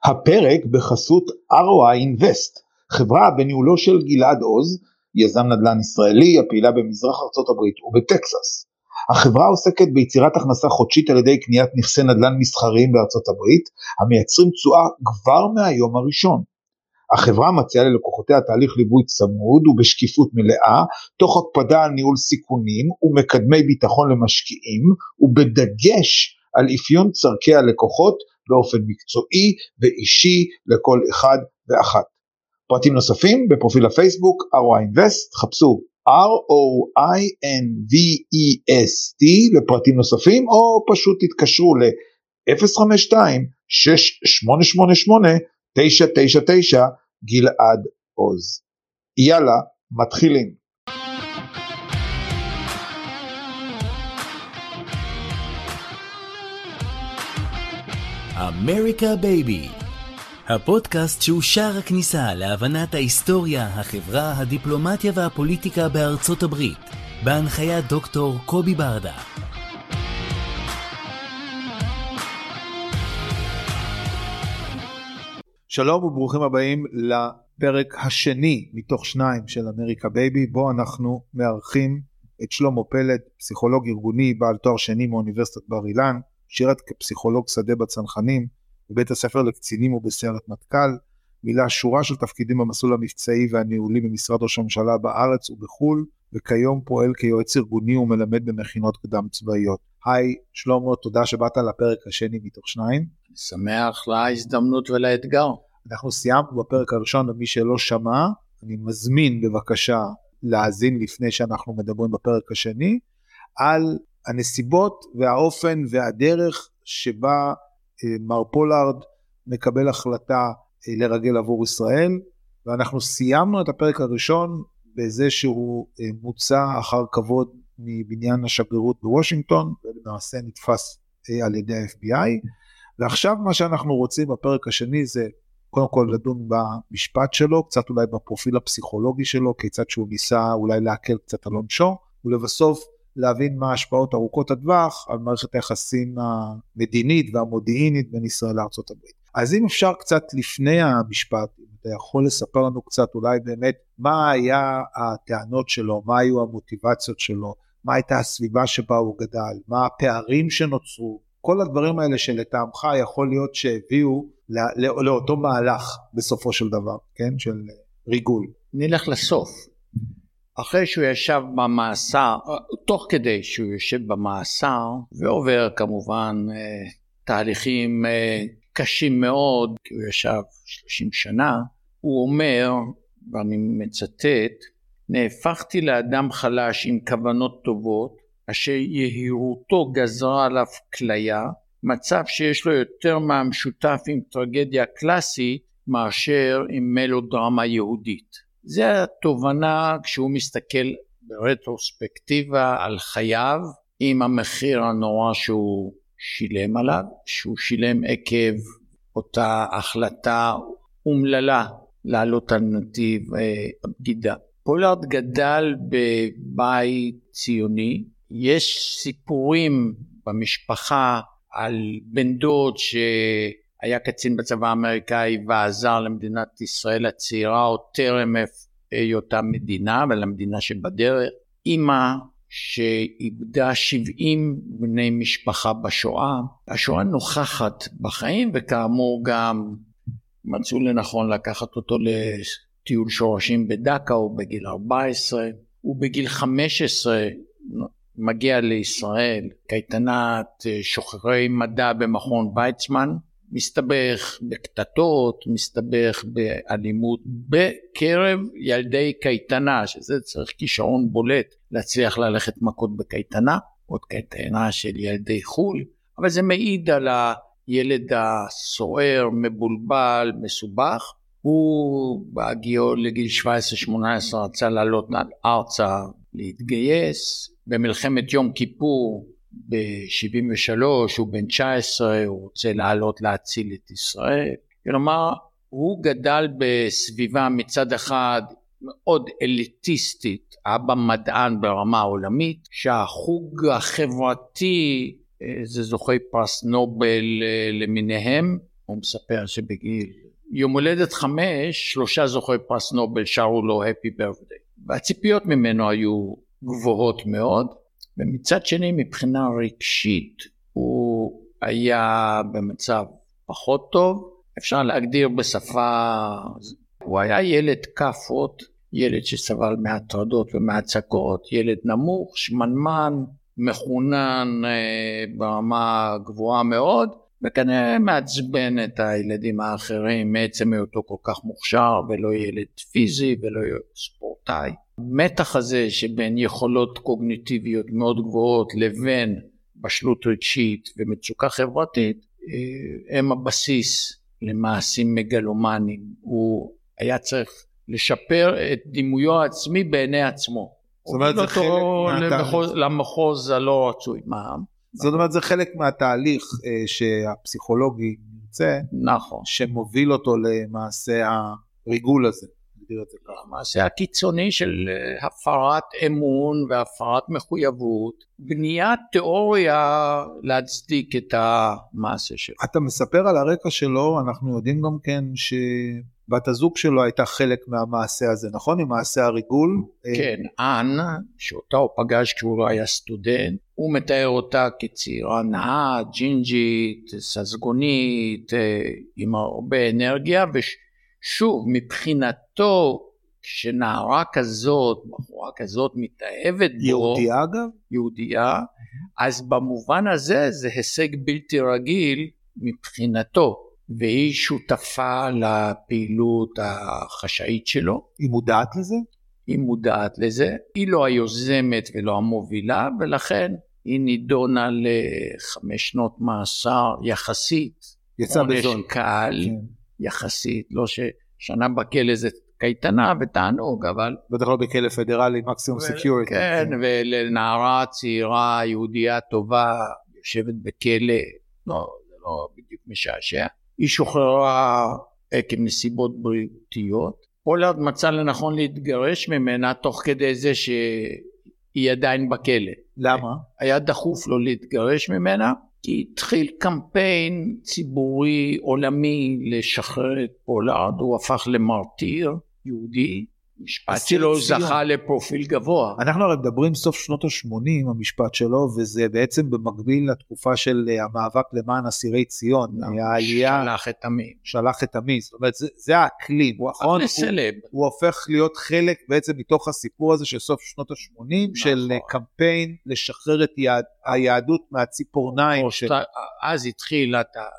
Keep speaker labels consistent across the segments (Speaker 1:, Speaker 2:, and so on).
Speaker 1: הפרק בחסות ROI Invest, חברה בניהולו של גלעד עוז, יזם נדל"ן ישראלי הפעילה במזרח ארצות הברית ובטקסס. החברה עוסקת ביצירת הכנסה חודשית על ידי קניית נכסי נדל"ן מסחריים בארצות הברית, המייצרים תשואה כבר מהיום הראשון. החברה מציעה ללקוחותיה תהליך ליווי צמוד ובשקיפות מלאה, תוך הקפדה על ניהול סיכונים ומקדמי ביטחון למשקיעים, ובדגש על אפיון צורכי הלקוחות באופן מקצועי ואישי לכל אחד ואחת. פרטים נוספים בפרופיל הפייסבוק ROI Invest, חפשו ROINVEST לפרטים נוספים, או פשוט תתקשרו ל-052-6888-999 גלעד עוז. יאללה, מתחילים.
Speaker 2: אמריקה בייבי, הפודקאסט שהוא שער הכניסה להבנת ההיסטוריה, החברה, הדיפלומטיה והפוליטיקה בארצות הברית, בהנחיית דוקטור קובי ברדה.
Speaker 3: שלום וברוכים הבאים לפרק השני מתוך 2 של אמריקה בייבי, בו אנחנו מארחים את שלמה פלד, פסיכולוג ארגוני בעל תואר שני מאוניברסיטת בר אילן, שירת כפסיכולוג שדה בצנחנים, בבית הספר לקצינים ובסיירת מטכ"ל, מילא שורה של תפקידים במסלול המבצעי והניהולי במשרד ראש הממשלה בארץ ובחול, וכיום פועל כיועץ ארגוני ומלמד במכינות קדם צבאיות. היי שלמה, תודה שבאת לפרק השני מתוך 2.
Speaker 4: שמח להזדמנות ולאתגר.
Speaker 3: אנחנו סיימנו בפרק הראשון, למי שלא שמע, אני מזמין בבקשה להאזין לפני שאנחנו מדברים בפרק השני, על הנסיבות והאופן והדרך שבה מר פולארד מקבל החלטה לרגל עבור ישראל, ואנחנו סיימנו את הפרק הראשון בזה שהוא מוצא אחר כבוד מבניין השגרירות בוושינגטון, ולמעשה נתפס על ידי ה-FBI, ועכשיו מה שאנחנו רוצים בפרק השני זה קודם כל לדון במשפט שלו, קצת אולי בפרופיל הפסיכולוגי שלו, כיצד שהוא ניסה אולי להקל קצת על עונשו, ולבסוף להבין מה ההשפעות ארוכות הטווח על מערכת היחסים המדינית והמודיעינית בין ישראל לארצות הברית. אז אם אפשר קצת לפני המשפט, אם אתה יכול לספר לנו קצת אולי באמת מה היה הטענות שלו, מה היו המוטיבציות שלו, מה הייתה הסביבה שבה הוא גדל, מה הפערים שנוצרו, כל הדברים האלה שלטעמך יכול להיות שהביאו לאותו מהלך בסופו של דבר, כן? של ריגול.
Speaker 4: נלך לסוף. אחרי שהוא ישב במאסר, תוך כדי שהוא יושב במאסר, ועובר כמובן תהליכים קשים מאוד, כי הוא ישב 30 שנה, הוא אומר, ואני מצטט, נהפכתי לאדם חלש עם כוונות טובות, אשר יהירותו גזרה עליו כליה, מצב שיש לו יותר מהמשותף עם טרגדיה קלאסית, מאשר עם מלודרמה יהודית. זה התובנה כשהוא מסתכל ברטרוספקטיבה על חייו, עם המחיר הנורא שהוא שילם עליו, שהוא שילם עקב אותה החלטה אומללה לעלות על נתיב הבגידה. פולארד גדל בבית ציוני, יש סיפורים במשפחה על בן דוד שהיה קצין בצבא האמריקאי ועזר למדינת ישראל הצעירה עוד טרם היותה מדינה, ולמדינה שבדרך. אמא שאיבדה 70 בני משפחה בשואה, השואה נוכחת בחיים, וכאמור גם מצאו לנכון לקחת אותו לטיול שורשים בדקאו בגיל 14, ובגיל 15 מגיע לישראל, קייטנת שוחרי מדע במכון ויצמן, מסתבך בקטטות, מסתבך באלימות בקרב ילדי קייטנה, שזה צריך כישרון בולט להצליח ללכת מכות בקייטנה, עוד קייטנה של ילדי חול, אבל זה מעיד על הילד הסוער, מבולבל, מסובך. הוא בהגיעו לגיל 17-18 רצה לעלות ארצה להתגייס, במלחמת יום כיפור ב-73 הוא בן 19, הוא רוצה לעלות להציל את ישראל. כלומר, הוא גדל בסביבה מצד אחד מאוד אליטיסטית, אבא מדען ברמה עולמית, שהחוג החברתי, זה זוכי פרס נובל למיניהם, הוא מספר שבגיל יום הולדת 5, 3 זוכי פרס נובל שרו לו Happy Birthday. והציפיות ממנו היו גבוהות מאוד, ומצד שני מבחינה רגשית הוא היה במצב פחות טוב, אפשר להגדיר בשפה, הוא היה ילד כפות, ילד שסבל מהטרדות ומהצקות, ילד נמוך, שמנמן, מחונן ברמה גבוהה מאוד, וכנראה מעצבן את הילדים האחרים מעצם היותו כל כך מוכשר, ולא ילד פיזי ולא ספורטאי. המתח הזה שבין יכולות קוגניטיביות מאוד גבוהות לבין בשלות רגשית ומצוקה חברתית, הם הבסיס למעשים מגלומנים. הוא היה צריך לשפר את דימויו העצמי בעיני עצמו.
Speaker 3: זאת אומרת זה חלק מהתהליך.
Speaker 4: למחוז הלא רצוי.
Speaker 3: זאת אומרת זה חלק מהתהליך שהפסיכולוגי נמצא,
Speaker 4: נכון.
Speaker 3: שמוביל אותו למעשה הריגול הזה.
Speaker 4: המעשה הקיצוני של הפרת אמון והפרת מחויבות, בניית תיאוריה להצדיק את המעשה שלו.
Speaker 3: אתה מספר על הרקע שלו, אנחנו יודעים גם כן שבת הזוג שלו הייתה חלק מהמעשה הזה, נכון? עם מעשה הריגול?
Speaker 4: כן, אן, שאותה הוא פגש כשהוא לא היה סטודנט, הוא מתאר אותה כצעירה נאה, ג'ינג'ית, ססגונית, עם הרבה אנרגיה, ושוב, מבחינתו, כשנערה כזאת, בחורה כזאת מתאהבת בו,
Speaker 3: יהודיה אגב?
Speaker 4: יהודיה, אז במובן הזה זה הישג בלתי רגיל מבחינתו, והיא שותפה לפעילות החשאית שלו.
Speaker 3: היא מודעת לזה?
Speaker 4: היא מודעת לזה, היא לא היוזמת ולא המובילה, ולכן היא נידונה ל5 שנות מאסר יחסית,
Speaker 3: יצא בזול.
Speaker 4: קהל,
Speaker 3: כן.
Speaker 4: יחסית, לא ששנה בכלא זה קייטנה ותענוג, אבל...
Speaker 3: בטח לא בכלא פדרלי, מקסימום סקיוריטי.
Speaker 4: כן, ולנערה צעירה, יהודייה טובה, יושבת בכלא, לא, זה לא בדיוק משעשע. היא שוחררה עקב נסיבות בריאותיות. פולארד מצא לנכון להתגרש ממנה תוך כדי זה שהיא עדיין בכלא.
Speaker 3: למה?
Speaker 4: היה דחוף לו להתגרש ממנה, כי התחיל קמפיין ציבורי עולמי לשחרר את פולארד, הוא הפך למרטיר יהודי, משפט שלו זכה לפרופיל גבוה.
Speaker 3: אנחנו הרי מדברים סוף שנות ה-80 המשפט שלו, וזה בעצם במקביל לתקופה של המאבק למען אסירי ציון, העלייה, שלח את עמי, זאת אומרת זה האקלים, הוא הופך להיות חלק בעצם מתוך הסיפור הזה של סוף שנות ה-80, של קמפיין לשחרר את היהדות מהציפורניים.
Speaker 4: אז התחיל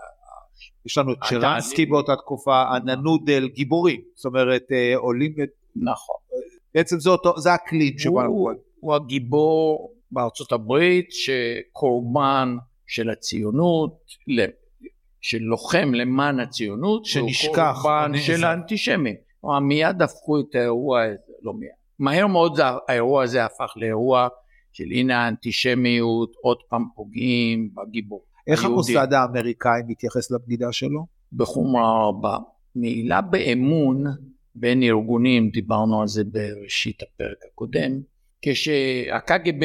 Speaker 3: יש לנו את שרנסקי באותה תקופה, הננודל, גיבורים, זאת אומרת עולים
Speaker 4: נכון.
Speaker 3: בעצם זה האקלים שבו
Speaker 4: הוא הגיבור בארצות הברית שקורבן של הציונות, של לוחם למען הציונות,
Speaker 3: שנשכח,
Speaker 4: קורבן של האנטישמים. מיד הפכו את האירוע, לא מיד. מהר מאוד האירוע הזה הפך לאירוע של הנה האנטישמיות, עוד פעם פוגעים בגיבור.
Speaker 3: איך המוסד האמריקאי מתייחס לבגידה שלו?
Speaker 4: בחומרה רבה. מעילה באמון בין ארגונים, דיברנו על זה בראשית הפרק הקודם, כשהקג"ב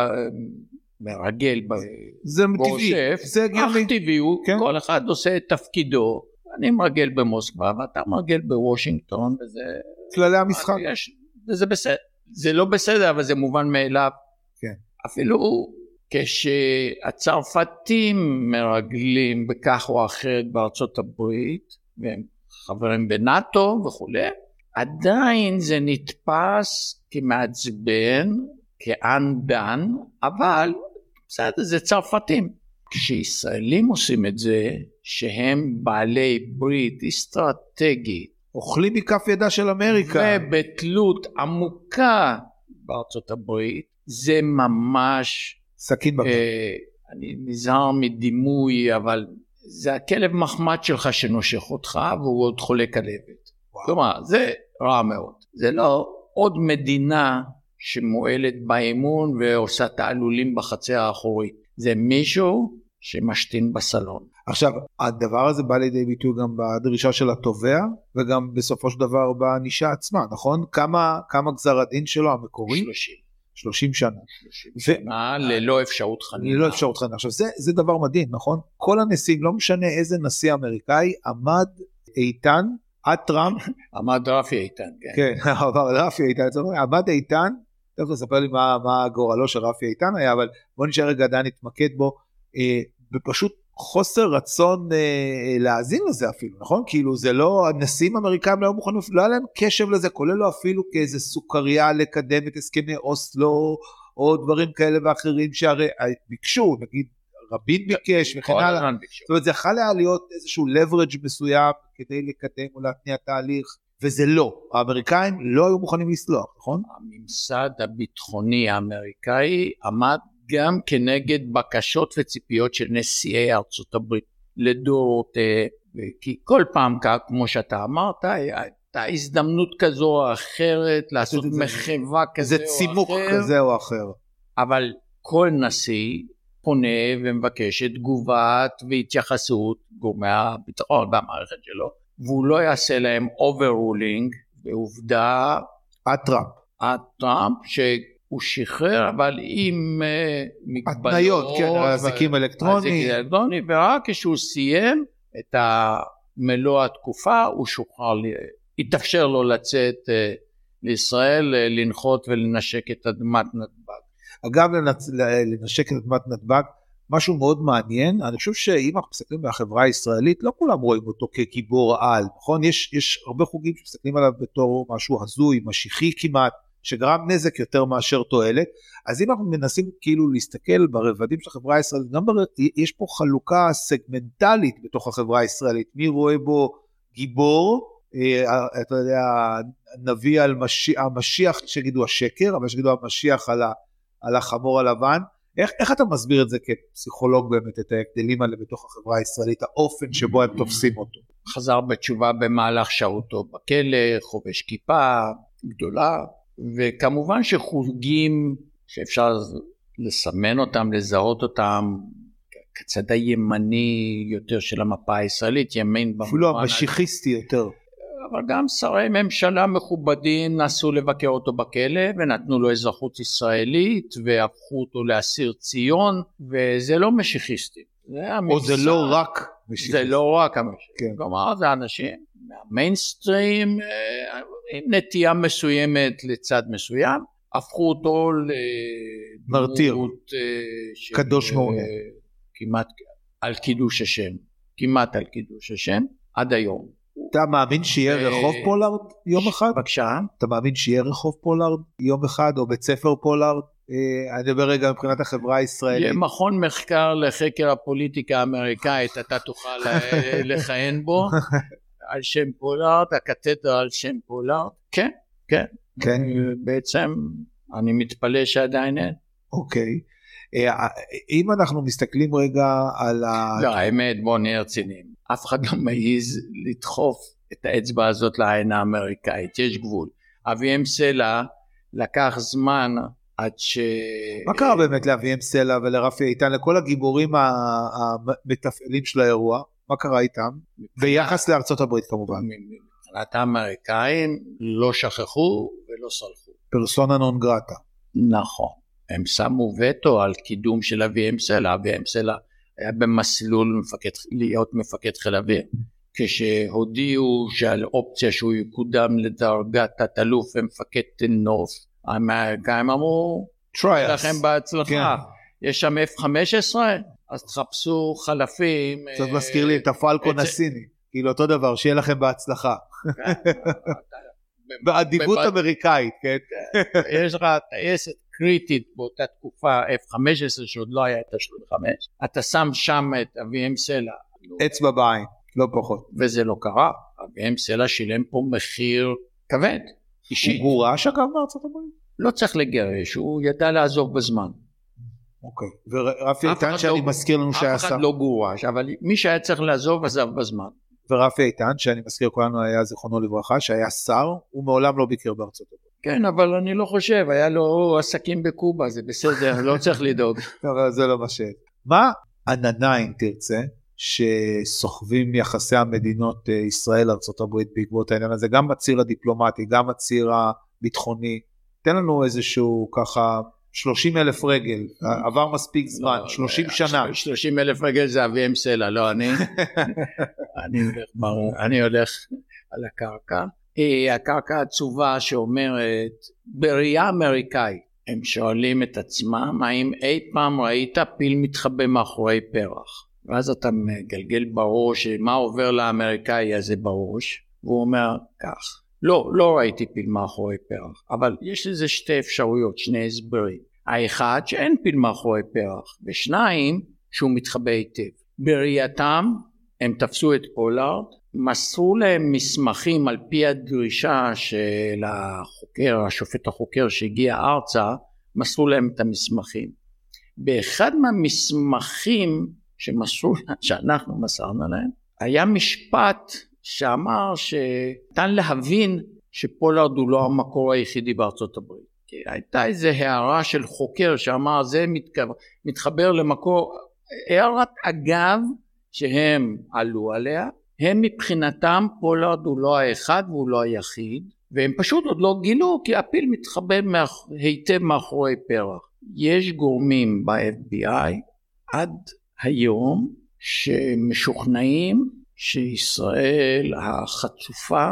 Speaker 4: מרגל באוסף, אך טבעי הוא, כל אחד עושה את תפקידו, אני מרגל במוסקבה ואתה מרגל בוושינגטון, וזה
Speaker 3: כללי המשחק.
Speaker 4: וזה בסדר, זה לא בסדר, אבל זה מובן מאליו.
Speaker 3: כן.
Speaker 4: אפילו כשהצרפתים מרגלים בכך או אחרת בארצות הברית, והם חברים בנאטו וכו', עדיין זה נתפס כמעצבן, כאנדן, אבל בסדר, זה צרפתים. כשישראלים עושים את זה, שהם בעלי ברית אסטרטגית,
Speaker 3: אוכלים מכף ידה של אמריקה,
Speaker 4: ובתלות עמוקה בארצות הברית, זה ממש
Speaker 3: סכין בפה.
Speaker 4: אני נזהר מדימוי, אבל זה הכלב מחמד שלך שנושך אותך, והוא עוד חולק הלבת. כלומר, זה רע מאוד. זה לא עוד מדינה שמועלת באמון ועושה תעלולים בחצר האחורית. זה מישהו שמשתין בסלון.
Speaker 3: עכשיו, הדבר הזה בא לידי ביטוי גם בדרישה של התובע, וגם בסופו של דבר בענישה עצמה, נכון? כמה גזר הדין שלו המקורי? 30 שנה.
Speaker 4: 30 שנה ללא אפשרות חנינה.
Speaker 3: ללא אפשרות חנינה. עכשיו זה דבר מדהים, נכון? כל הנשיאים, לא משנה איזה נשיא אמריקאי, עמד איתן, עד טראמפ.
Speaker 4: עמד רפי איתן, כן.
Speaker 3: כן, רפי איתן, עמד איתן, תכף לספר לי מה גורלו של רפי איתן היה, אבל בוא נשאר רגע עדיין נתמקד בו, בפשוט חוסר רצון להאזין לזה אפילו, נכון? כאילו זה לא, הנשיאים האמריקאים לא מוכנים, לא היה להם קשב לזה, כולל לו אפילו כאיזה סוכריה לקדם את הסכמי אוסלו, או דברים כאלה ואחרים שהרי ביקשו, נגיד רבין ביקש וכן הלאה, זאת אומרת זה יכול היה להיות איזשהו leverage מסוים כדי לקדם או להתניע תהליך, וזה לא, האמריקאים לא היו מוכנים לסלוח, נכון?
Speaker 4: הממסד הביטחוני האמריקאי עמד גם כנגד בקשות וציפיות של נשיאי ארצות הברית לדורות, כי כל פעם כמו שאתה אמרת, הייתה הזדמנות כזו או אחרת לעשות מחווה כזה או אחר.
Speaker 3: זה צימוק כזה או אחר.
Speaker 4: אבל כל נשיא פונה ומבקש את תגובת והתייחסות גורמי הביטחון במערכת שלו, והוא לא יעשה להם overruling, בעובדה הטראמפ שהוא שחרר, אבל עם מגבלות,
Speaker 3: התניות, כן, אזיקים אלקטרוני,
Speaker 4: ורק כשהוא סיים את מלוא התקופה, הוא שוחרר, התאפשר לו לצאת לישראל, לנחות ולנשק את אדמת נתב"ג.
Speaker 3: אגב, לנשק את אדמת נתב"ג, משהו מאוד מעניין, אני חושב שאם אנחנו מסתכלים בחברה הישראלית, לא כולם רואים אותו כגיבור על, נכון? יש הרבה חוגים שמסתכלים עליו בתור משהו הזוי, משיחי כמעט, שגרם נזק יותר מאשר תועלת, אז אם אנחנו מנסים כאילו להסתכל ברבדים של החברה הישראלית, גם יש פה חלוקה סגמנטלית בתוך החברה הישראלית, מי רואה בו גיבור, אתה יודע, נביא על המשיח שגידו השקר, אבל שגידו המשיח על החמור הלבן, איך אתה מסביר את זה כפסיכולוג באמת, את ההבדלים האלה בתוך החברה הישראלית, האופן שבו הם תופסים אותו?
Speaker 4: חזר בתשובה במהלך שהותו בכלא, חובש כיפה גדולה, וכמובן שחוגים שאפשר לסמן אותם, לזהות אותם, כצד הימני יותר של המפה הישראלית, ימין
Speaker 3: אפילו המשיחיסטי יותר.
Speaker 4: אבל גם שרי ממשלה מכובדים נסו לבקר אותו בכלא, ונתנו לו אזרחות ישראלית, והפכו אותו לאסיר ציון, וזה לא משיחיסטי.
Speaker 3: או זה לא רק משיחיסטי.
Speaker 4: זה לא רק המשיחיסטי. כלומר, זה אנשים מהמיינסטרים, עם נטייה מסוימת לצד מסוים, הפכו אותו
Speaker 3: מרתיר, קדוש מעונה.
Speaker 4: כמעט על קידוש השם, כמעט על קידוש השם, עד היום.
Speaker 3: אתה מאמין שיהיה רחוב פולארד יום אחד?
Speaker 4: בבקשה.
Speaker 3: אתה מאמין שיהיה רחוב פולארד יום אחד, או בית ספר פולארד? אני מדבר רגע מבחינת החברה הישראלית.
Speaker 4: מכון מחקר לחקר הפוליטיקה האמריקאית, אתה תוכל לכהן בו, על שם פולארד, הקתדרה על שם פולארד. כן, כן.
Speaker 3: כן.
Speaker 4: בעצם אני מתפלא שעדיין אין.
Speaker 3: אוקיי. אם אנחנו מסתכלים רגע על
Speaker 4: לא, האמת, בוא נהיה רציניים. אף אחד לא מעיז לדחוף את האצבע הזאת לעין האמריקאית, יש גבול. אביהם סלע לקח זמן עד ש...
Speaker 3: מה קרה באמת לאביהם סלע ולרפי איתן, לכל הגיבורים המתפעלים של האירוע? מה קרה איתם? ביחס לארצות הברית כמובן.
Speaker 4: מבחינת האמריקאים לא שכחו ולא סלחו.
Speaker 3: פרסונה נון גרטה.
Speaker 4: נכון. הם שמו וטו על קידום של אביהם סלע. אביהם סלע היה במסלול להיות מפקד חיל האוויר. כשהודיעו שעל אופציה שהוא יקודם לדרגת תת-אלוף ומפקד תנוף, האמריקאים אמרו, לכם בהצלחה, יש שם F-15, אז תחפשו חלפים.
Speaker 3: זאת מזכיר לי את הפלקון הסיני, כאילו אותו דבר, שיהיה לכם בהצלחה. באדיבות אמריקאית, כן?
Speaker 4: יש לך טייסת קריטית באותה תקופה, F-15 שעוד לא היה את ה-35, אתה שם שם את אביהם סלע.
Speaker 3: אצבע בעין, לא פחות.
Speaker 4: וזה לא קרה, אביהם סלע שילם פה מחיר כבד, אישי.
Speaker 3: הוא גורש אגב בארצות הברית?
Speaker 4: לא צריך לגרש, הוא ידע לעזוב בזמן.
Speaker 3: אוקיי, ורפי איתן שאני מזכיר לנו שהיה שר.
Speaker 4: אף אחד לא גורש, אבל מי שהיה צריך לעזוב עזב בזמן.
Speaker 3: ורפי איתן שאני מזכיר כולנו היה זיכרונו לברכה, שהיה שר, הוא מעולם לא ביקר בארצות הברית.
Speaker 4: כן, אבל אני לא חושב, היה לו עסקים בקובה, זה בסדר, לא צריך לדאוג.
Speaker 3: אבל זה לא משהו. מה עננה, אם תרצה, שסוחבים יחסי המדינות ישראל, ארצות הברית, בעקבות העניין הזה, גם בציר הדיפלומטי, גם בציר הביטחוני, תן לנו איזשהו ככה 30,000 רגל, עבר מספיק זמן, 30 שנה.
Speaker 4: 30,000 רגל זה אביהם סלע, לא אני. אני הולך על הקרקע. הקרקע עצובה שאומרת, בראייה אמריקאית, הם שואלים את עצמם, האם אי פעם ראית פיל מתחבא מאחורי פרח? ואז אתה מגלגל בראש, מה עובר לאמריקאי הזה בראש? והוא אומר כך, לא ראיתי פיל מאחורי פרח, אבל יש לזה שתי אפשרויות, שני הסברים. האחד, שאין פיל מאחורי פרח, ושניים, שהוא מתחבא היטב. בראייתם, הם תפסו את פולארד, מסרו להם מסמכים על פי הדרישה של החוקר, השופט החוקר שהגיע ארצה, מסרו להם את המסמכים. באחד מהמסמכים שאנחנו מסרנו להם, היה משפט שאמר שניתן להבין שפולארד הוא לא המקור היחידי בארצות הברית. כי הייתה איזו הערה של חוקר שאמר זה מתחבר למקור, הערת אגב שהם עלו עליה, הם מבחינתם פולארד הוא לא האחד והוא לא היחיד, והם פשוט עוד לא גילו כי הפיל מתחבא היטב מאחורי פרח. יש גורמים ב-FBI עד היום שמשוכנעים שישראל החצופה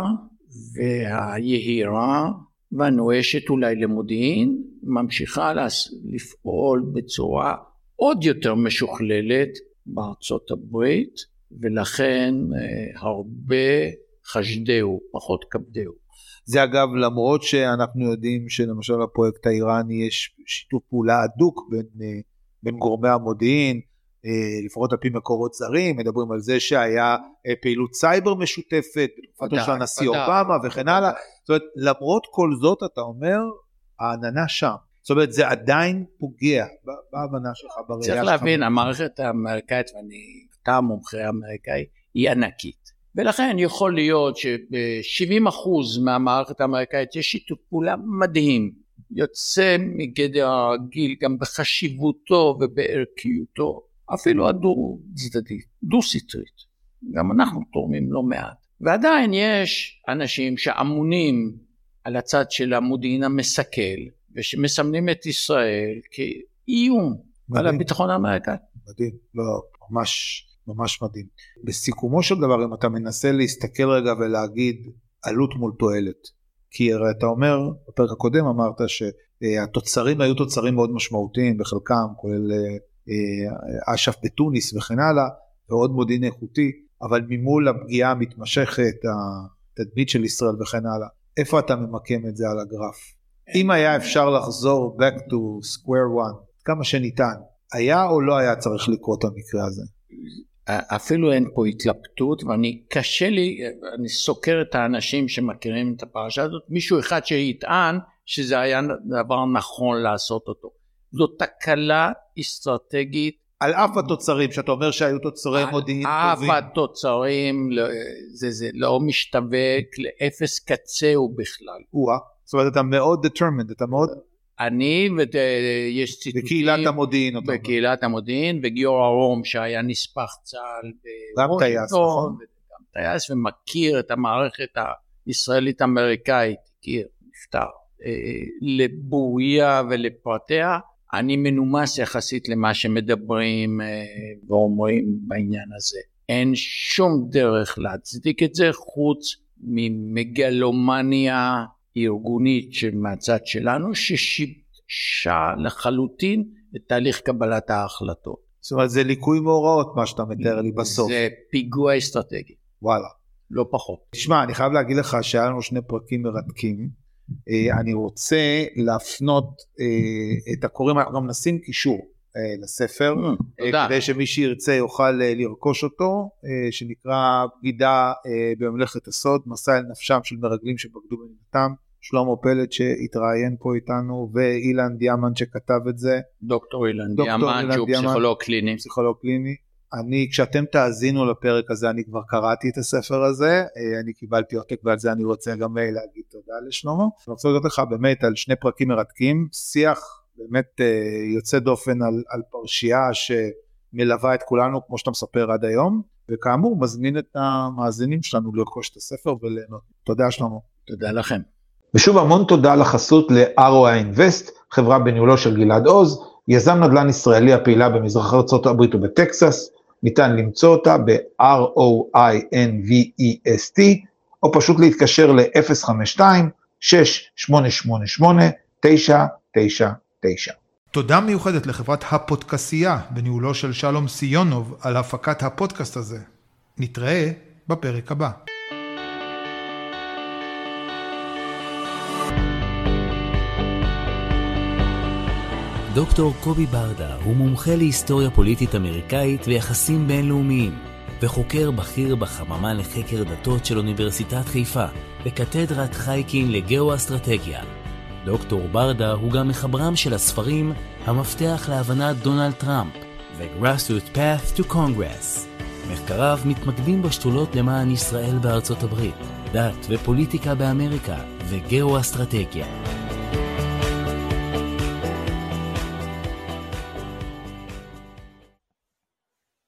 Speaker 4: והיהירה והנואשת אולי למודיעין ממשיכה לפעול בצורה עוד יותר משוכללת בארצות הברית, ולכן הרבה חשדהו, פחות כבדהו.
Speaker 3: זה אגב למרות שאנחנו יודעים שלמשל בפרויקט האיראני יש שיתוף פעולה הדוק בין גורמי המודיעין, לפחות על פי מקורות זרים, מדברים על זה שהיה פעילות סייבר משותפת, בתקופתו של הנשיא אובמה וכן הלאה, זאת אומרת למרות כל זאת אתה אומר העננה שם, זאת אומרת זה עדיין פוגע בהבנה שלך בראייה שלך.
Speaker 4: צריך להבין, המערכת האמריקאית, ואתה המומחה האמריקאי, היא ענקית, ולכן יכול להיות שב-70% מהמערכת האמריקאית יש שיתוף פעולה מדהים, יוצא מגדר הרגיל גם בחשיבותו ובערכיותו, אפילו הדו-צדדית, דו-סטרית, גם אנחנו תורמים לא מעט, ועדיין יש אנשים שאמונים על הצד של המודיעין המסכל, ושמסמנים את ישראל כאיום על הביטחון האמריקאי.
Speaker 3: מדהים, לא, ממש מדהים. בסיכומו של דבר, אם אתה מנסה להסתכל רגע ולהגיד עלות מול תועלת, כי הרי אתה אומר, בפרק הקודם אמרת שהתוצרים היו תוצרים מאוד משמעותיים, בחלקם כולל אש"ף בתוניס וכן הלאה, ועוד מודיעין איכותי, אבל ממול הפגיעה המתמשכת, התדמית של ישראל וכן הלאה, איפה אתה ממקם את זה על הגרף? אם היה אפשר לחזור back to square one, כמה שניתן, היה או לא היה צריך לקרות המקרה הזה?
Speaker 4: אפילו אין פה התלבטות, ואני קשה לי, אני סוקר את האנשים שמכירים את הפרשה הזאת, מישהו אחד שיטען שזה היה דבר נכון לעשות אותו. זו תקלה אסטרטגית. על
Speaker 3: אף התוצרים, שאתה אומר שהיו תוצרי מודיעין טובים.
Speaker 4: אף התוצרים, זה לא משתווה לאפס קצהו בכלל.
Speaker 3: זאת אומרת, אתה מאוד determined, אתה מאוד...
Speaker 4: אני ויש ציטוטים
Speaker 3: בקהילת המודיעין,
Speaker 4: בקהילת המודיעין, וגיורא רום שהיה נספח צה"ל
Speaker 3: גם טייס, נכון?
Speaker 4: גם טייס ומכיר את המערכת הישראלית אמריקאית, מכיר, נפטר, לבוריה ולפרטיה. אני מנומס יחסית למה שמדברים ואומרים בעניין הזה. אין שום דרך להצדיק את זה חוץ ממגלומניה ארגונית מהצד שלנו ששיבשה לחלוטין את תהליך קבלת ההחלטות.
Speaker 3: זאת אומרת זה ליקוי מאורעות מה שאתה מתאר לי בסוף.
Speaker 4: זה פיגוע אסטרטגי.
Speaker 3: וואלה.
Speaker 4: לא פחות.
Speaker 3: תשמע, אני חייב להגיד לך שהיה לנו שני פרקים מרתקים. אני רוצה להפנות את הקוראים, אנחנו גם נשים קישור לספר, כדי שמי שירצה יוכל לרכוש אותו, שנקרא בגידה בממלכת הסוד, מסע אל נפשם של מרגלים שבגדו במדינתם, שלמה פלד שהתראיין פה איתנו, ואילן דיאמן שכתב את זה.
Speaker 4: דוקטור אילן דיאמן, שהוא פסיכולוג קליני.
Speaker 3: פסיכולוג קליני. כשאתם תאזינו לפרק הזה, אני כבר קראתי את הספר הזה, אני קיבלתי עותק ועל זה אני רוצה גם להגיד תודה לשלמה. אני רוצה לדעת לך באמת על שני פרקים מרתקים, שיח באמת יוצא דופן על פרשייה שמלווה את כולנו כמו שאתה מספר עד היום, וכאמור מזמין את המאזינים שלנו לרכוש את הספר וליהנות. תודה שלמה.
Speaker 4: תודה לכם.
Speaker 1: ושוב המון תודה לחסות ל-ROI Invest, חברה בניהולו של גלעד עוז, יזם נדל"ן ישראלי הפעילה במזרח ארצות הברית ובטקסס, ניתן למצוא אותה ב-ROINVEST, או פשוט להתקשר ל-052-6888-999.
Speaker 3: תודה מיוחדת לחברת הפודקסייה בניהולו של שלום סיונוב על הפקת הפודקאסט הזה. נתראה בפרק הבא.
Speaker 2: דוקטור קובי ברדה הוא מומחה להיסטוריה פוליטית אמריקאית ויחסים בינלאומיים, וחוקר בכיר בחממה לחקר דתות של אוניברסיטת חיפה, וקתדרת חייקין לגאו-אסטרטגיה. דוקטור ברדה הוא גם מחברם של הספרים המפתח להבנת דונלד טראמפ ו-Grassroots Path to Congress. מחקריו מתמקדים בשתולות למען ישראל בארצות הברית, דת ופוליטיקה באמריקה וגאו-אסטרטגיה.